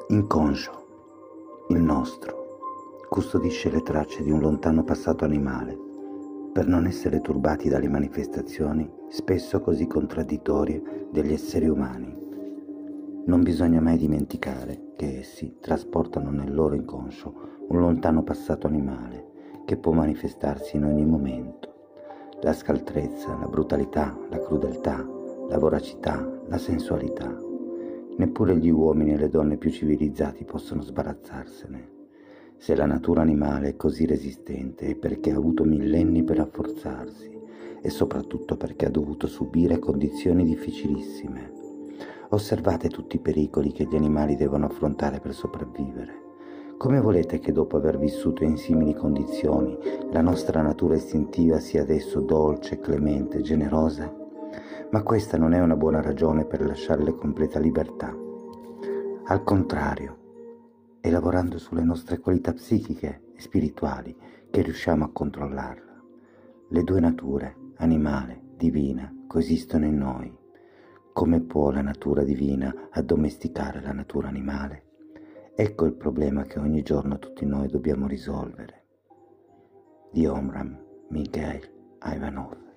Inconscio, il nostro, custodisce le tracce di un lontano passato animale, per non essere turbati dalle manifestazioni, spesso così contraddittorie, degli esseri umani. Non bisogna mai dimenticare che essi trasportano nel loro inconscio un lontano passato animale che può manifestarsi in ogni momento. La scaltrezza, la brutalità, la crudeltà, la voracità, la sensualità. Neppure gli uomini e le donne più civilizzati possono sbarazzarsene. Se la natura animale è così resistente è perché ha avuto millenni per rafforzarsi e soprattutto perché ha dovuto subire condizioni difficilissime. Osservate tutti i pericoli che gli animali devono affrontare per sopravvivere. Come volete che dopo aver vissuto in simili condizioni la nostra natura istintiva sia adesso dolce, clemente, generosa? Ma questa non è una buona ragione per lasciarle completa libertà. Al contrario, è lavorando sulle nostre qualità psichiche e spirituali che riusciamo a controllarla. Le due nature, animale, divina, coesistono in noi. Come può la natura divina addomesticare la natura animale? Ecco il problema che ogni giorno tutti noi dobbiamo risolvere. Di Omram Mikhail Ivanov.